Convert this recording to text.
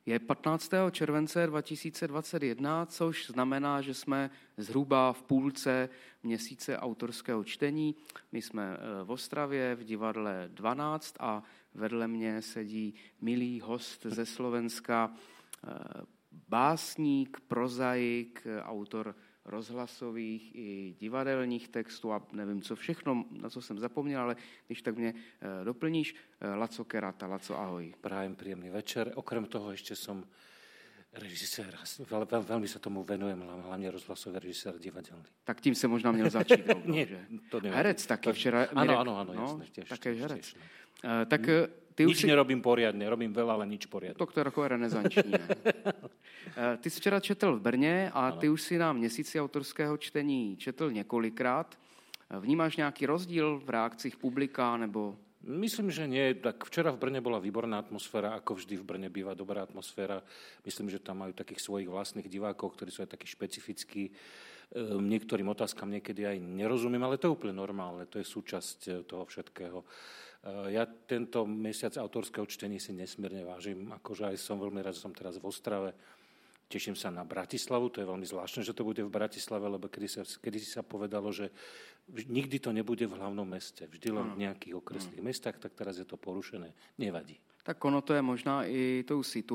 Je 15. července 2021, což znamená, že jsme zhruba v půlce měsíce autorského čtení. My jsme v Ostravě v divadle 12 a vedle mě sedí milý host ze Slovenska, básník, prozaik, autor rozhlasových i divadelních textů a nevím, co všechno, na co jsem zapomněl, ale když tak mě doplníš. Laco Kerata. Laco, ahoj. Prajem príjemný večer. Okrem toho ešte som režisér. Veľmi sa tomu venujem, hlavne rozhlasový režisér divadelný. Tak tím se možná měl začít. Rovnou, Nie, že? to neviem. Herec taky včera. Áno, jasne. Tiež, také tiež, herec. Tiež, Tak ty nič nerobím poriadne, robím veľa, ale nič poriadne. To je takové renesanční. Ne? Ty jsi včera četl v Brně a ty už si na měsíci autorského čtení četl několikrát. Vnímáš nějaký rozdíl v reakcích publika nebo... Myslím, že nie. Tak včera v Brne bola výborná atmosféra, ako vždy v Brne býva dobrá atmosféra. Myslím, že tam majú takých svojich vlastných divákov, ktorí sú aj takí špecifickí. Niektorým otázkam niekedy aj nerozumiem, ale to je úplne normálne, to je súčasť toho všetkého. Ja tento mesiac autorského čtení si nesmierne vážim, akože aj som veľmi rád, že som teraz v Ostrave. Teším sa na Bratislavu, to je veľmi zvláštne, že to bude v Bratislave, lebo kedy sa povedalo, že nikdy to nebude v hlavnom meste, vždy len v nejakých okresných mestách, tak teraz je to porušené. Nevadí. Tak ono to je možná i tou situací.